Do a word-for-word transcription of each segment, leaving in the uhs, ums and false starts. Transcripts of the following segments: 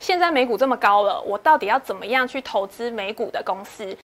现在美股这么高了，我到底要怎么样去投资美股的公司？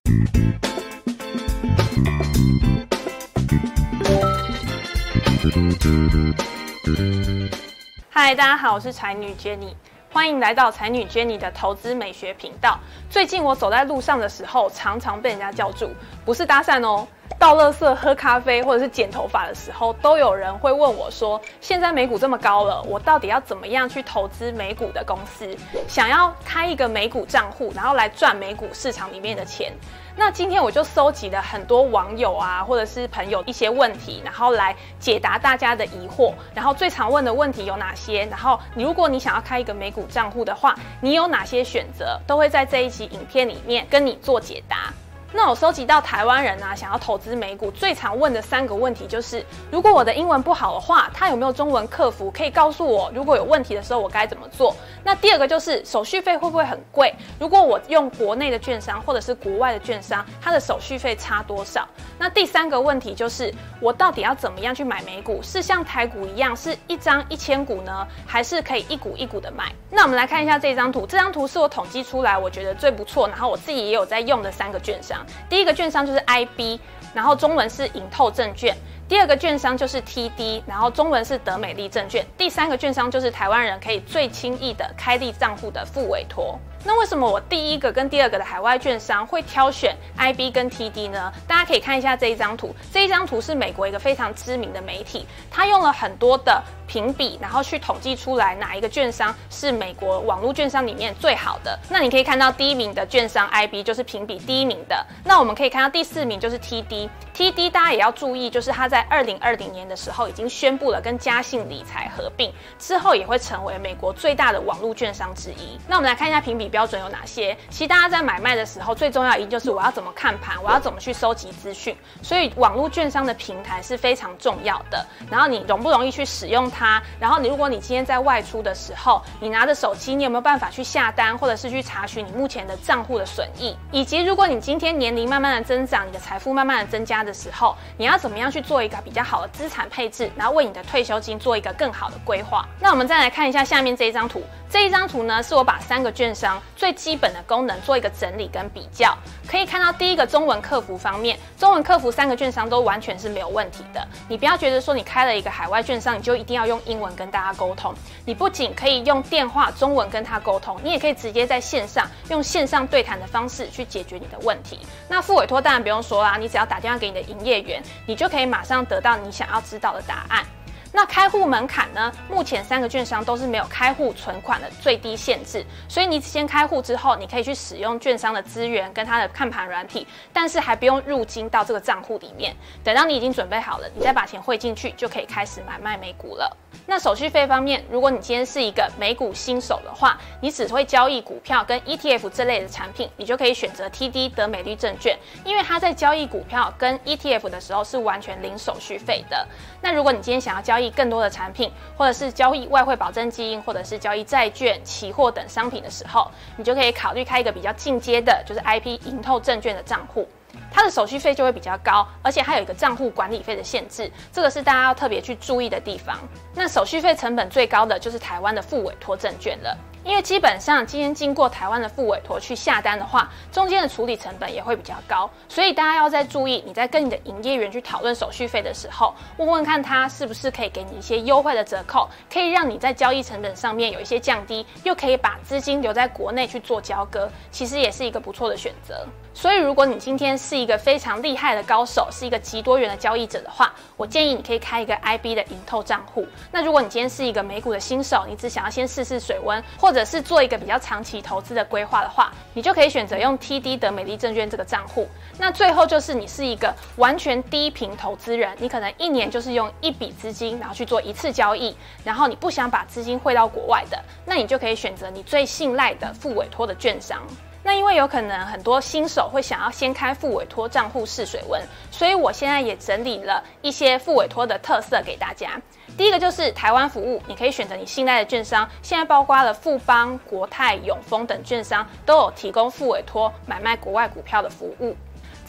嗨，大家好，我是才女 Jenny， 欢迎来到才女 Jenny 的投资美学频道。最近我走在路上的时候，常常被人家叫住，不是搭讪哦。倒垃圾、喝咖啡或者是剪头发的时候，都有人会问我说：“现在美股这么高了，我到底要怎么样去投资美股的公司？想要开一个美股账户，然后来赚美股市场里面的钱。”那今天我就搜集了很多网友啊，或者是朋友一些问题，然后来解答大家的疑惑。然后最常问的问题有哪些？然后如果你想要开一个美股账户的话，你有哪些选择？都会在这一期影片里面跟你做解答。那我收集到台湾人啊想要投资美股最常问的三个问题就是：如果我的英文不好的话，他有没有中文客服可以告诉我，如果有问题的时候我该怎么做？那第二个就是手续费会不会很贵？如果我用国内的券商或者是国外的券商，它的手续费差多少？那第三个问题就是我到底要怎么样去买美股？是像台股一样是一张一千股呢，还是可以一股一股的买？那我们来看一下这张图，这张图是我统计出来我觉得最不错，然后我自己也有在用的三个券商。第一个券商就是 I B， 然后中文是盈透证券。第二个券商就是 T D， 然后中文是德美利证券。第三个券商就是台湾人可以最轻易的开立账户的副委托。那为什么我第一个跟第二个的海外券商会挑选 I B 跟 T D 呢？大家可以看一下这一张图，这一张图是美国一个非常知名的媒体，他用了很多的评比，然后去统计出来哪一个券商是美国网络券商里面最好的。那你可以看到第一名的券商 I B 就是评比第一名的。那我们可以看到第四名就是 T D。T D 大家也要注意，就是它在二零二零年的时候已经宣布了跟嘉信理财合并，之后也会成为美国最大的网络券商之一。那我们来看一下评比标准有哪些。其实大家在买卖的时候，最重要的一就是我要怎么看盘，我要怎么去收集资讯。所以网络券商的平台是非常重要的。然后你容不容易去使用它？然后你如果你今天在外出的时候，你拿着手机，你有没有办法去下单，或者是去查询你目前的账户的损益？以及如果你今天年龄慢慢的增长，你的财富慢慢的增加的时候，你要怎么样去做一个比较好的资产配置，然后为你的退休金做一个更好的规划？那我们再来看一下下面这一张图。这一张图呢，是我把三个券商最基本的功能做一个整理跟比较。可以看到第一个中文客服方面，中文客服三个券商都完全是没有问题的。你不要觉得说你开了一个海外券商，你就一定要用英文跟大家沟通。你不仅可以用电话中文跟他沟通，你也可以直接在线上用线上对谈的方式去解决你的问题。那副委托当然不用说啦，你只要打电话给你的营业员，你就可以马上得到你想要知道的答案。那开户门槛呢？目前三个券商都是没有开户存款的最低限制，所以你先开户之后，你可以去使用券商的资源跟它的看盘软体，但是还不用入金到这个账户里面。等到你已经准备好了，你再把钱汇进去，就可以开始买卖美股了。那手续费方面，如果你今天是一个美股新手的话，你只会交易股票跟 E T F 这类的产品，你就可以选择 T D 德美利证券，因为它在交易股票跟 E T F 的时候是完全零手续费的。那如果你今天想要交易更多的产品，或者是交易外汇保证基金，或者是交易债券、期货等商品的时候，你就可以考虑开一个比较进阶的，就是 I P 盈透证券的账户。它的手续费就会比较高，而且还有一个账户管理费的限制，这个是大家要特别去注意的地方。那手续费成本最高的就是台湾的副委托证券了。因为基本上今天经过台湾的副委托去下单的话，中间的处理成本也会比较高，所以大家要再注意，你在跟你的营业员去讨论手续费的时候，问问看他是不是可以给你一些优惠的折扣，可以让你在交易成本上面有一些降低，又可以把资金留在国内去做交割，其实也是一个不错的选择。所以如果你今天是一个非常厉害的高手，是一个极多元的交易者的话，我建议你可以开一个 I B 的盈透账户。那如果你今天是一个美股的新手，你只想要先试试水温，或者是做一个比较长期投资的规划的话，你就可以选择用 T D 德美利证券这个账户。那最后就是你是一个完全低频投资人，你可能一年就是用一笔资金，然后去做一次交易，然后你不想把资金汇到国外的，那你就可以选择你最信赖的副委托的券商。那因为有可能很多新手会想要先开副委托账户试水温，所以我现在也整理了一些副委托的特色给大家。第一个就是台湾服务，你可以选择你信赖的券商，现在包括了富邦、国泰、永丰等券商都有提供副委托买卖国外股票的服务。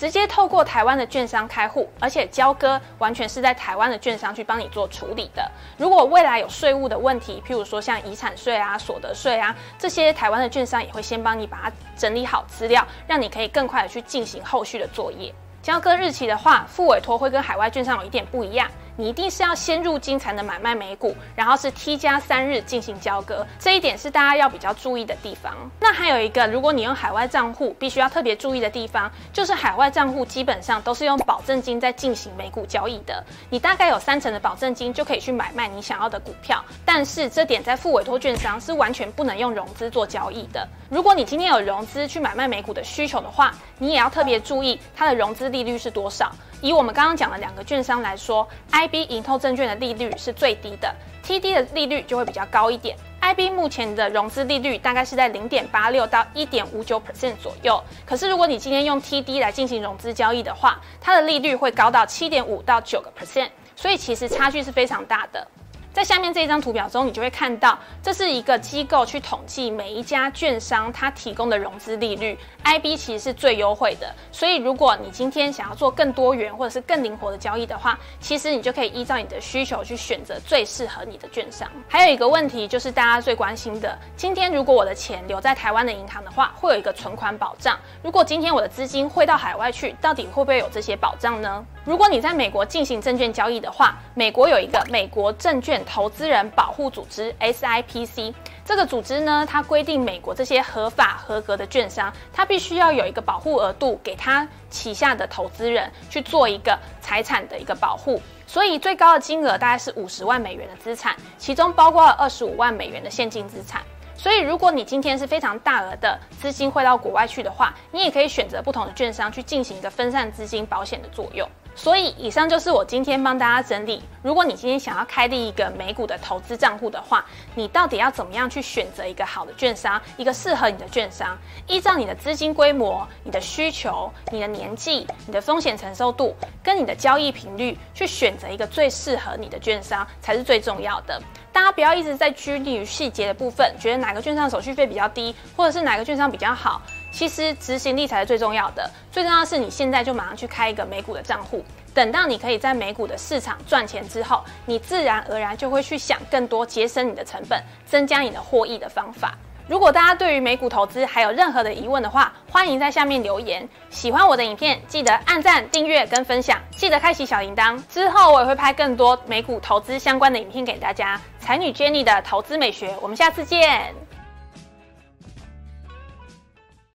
直接透过台湾的券商开户，而且交割完全是在台湾的券商去帮你做处理的。如果未来有税务的问题，譬如说像遗产税啊、所得税啊，这些台湾的券商也会先帮你把它整理好资料，让你可以更快的去进行后续的作业。交割日期的话，复委托会跟海外券商有一点不一样，你一定是要先入金才能买卖美股，然后是 T 加三日进行交割，这一点是大家要比较注意的地方。那还有一个，如果你用海外账户，必须要特别注意的地方，就是海外账户基本上都是用保证金在进行美股交易的，你大概有三成的保证金就可以去买卖你想要的股票，但是这点在复委托券商是完全不能用融资做交易的。如果你今天有融资去买卖美股的需求的话，你也要特别注意它的融资利率是多少。以我们刚刚讲的两个券商来说 ，I B 盈透证券的利率是最低的 ，T D 的利率就会比较高一点。I B 目前的融资利率大概是在 零点八六 到 一点五九 percent 左右，可是如果你今天用 T D 来进行融资交易的话，它的利率会高到 七点五 到 九个 percent， 所以其实差距是非常大的。在下面这一张图表中，你就会看到，这是一个机构去统计每一家券商它提供的融资利率 ，I B 其实是最优惠的。所以，如果你今天想要做更多元或者是更灵活的交易的话，其实你就可以依照你的需求去选择最适合你的券商。还有一个问题就是大家最关心的，今天如果我的钱留在台湾的银行的话，会有一个存款保障。如果今天我的资金汇到海外去，到底会不会有这些保障呢？如果你在美国进行证券交易的话，美国有一个美国证券投资人保护组织 S I P C， 这个组织呢，它规定美国这些合法合格的券商，它必须要有一个保护额度，给它旗下的投资人去做一个财产的一个保护。所以最高的金额大概是五十万美元的资产，其中包括了二十五万美元的现金资产。所以，如果你今天是非常大额的资金汇到国外去的话，你也可以选择不同的券商去进行一个分散资金保险的作用。所以，以上就是我今天帮大家整理，如果你今天想要开立一个美股的投资账户的话，你到底要怎么样去选择一个好的券商，一个适合你的券商，依照你的资金规模、你的需求、你的年纪、你的风险承受度跟你的交易频率，去选择一个最适合你的券商才是最重要的。大家不要一直在拘泥于细节的部分，觉得哪个券商手续费比较低，或者是哪个券商比较好。其实执行力才是最重要的，最重要的是你现在就马上去开一个美股的账户，等到你可以在美股的市场赚钱之后，你自然而然就会去想更多节省你的成本、增加你的获益的方法。如果大家对于美股投资还有任何的疑问的话，欢迎在下面留言。喜欢我的影片，记得按赞、订阅跟分享，记得开启小铃铛。之后我也会拍更多美股投资相关的影片给大家。才女 Jenny 的投资美学，我们下次见。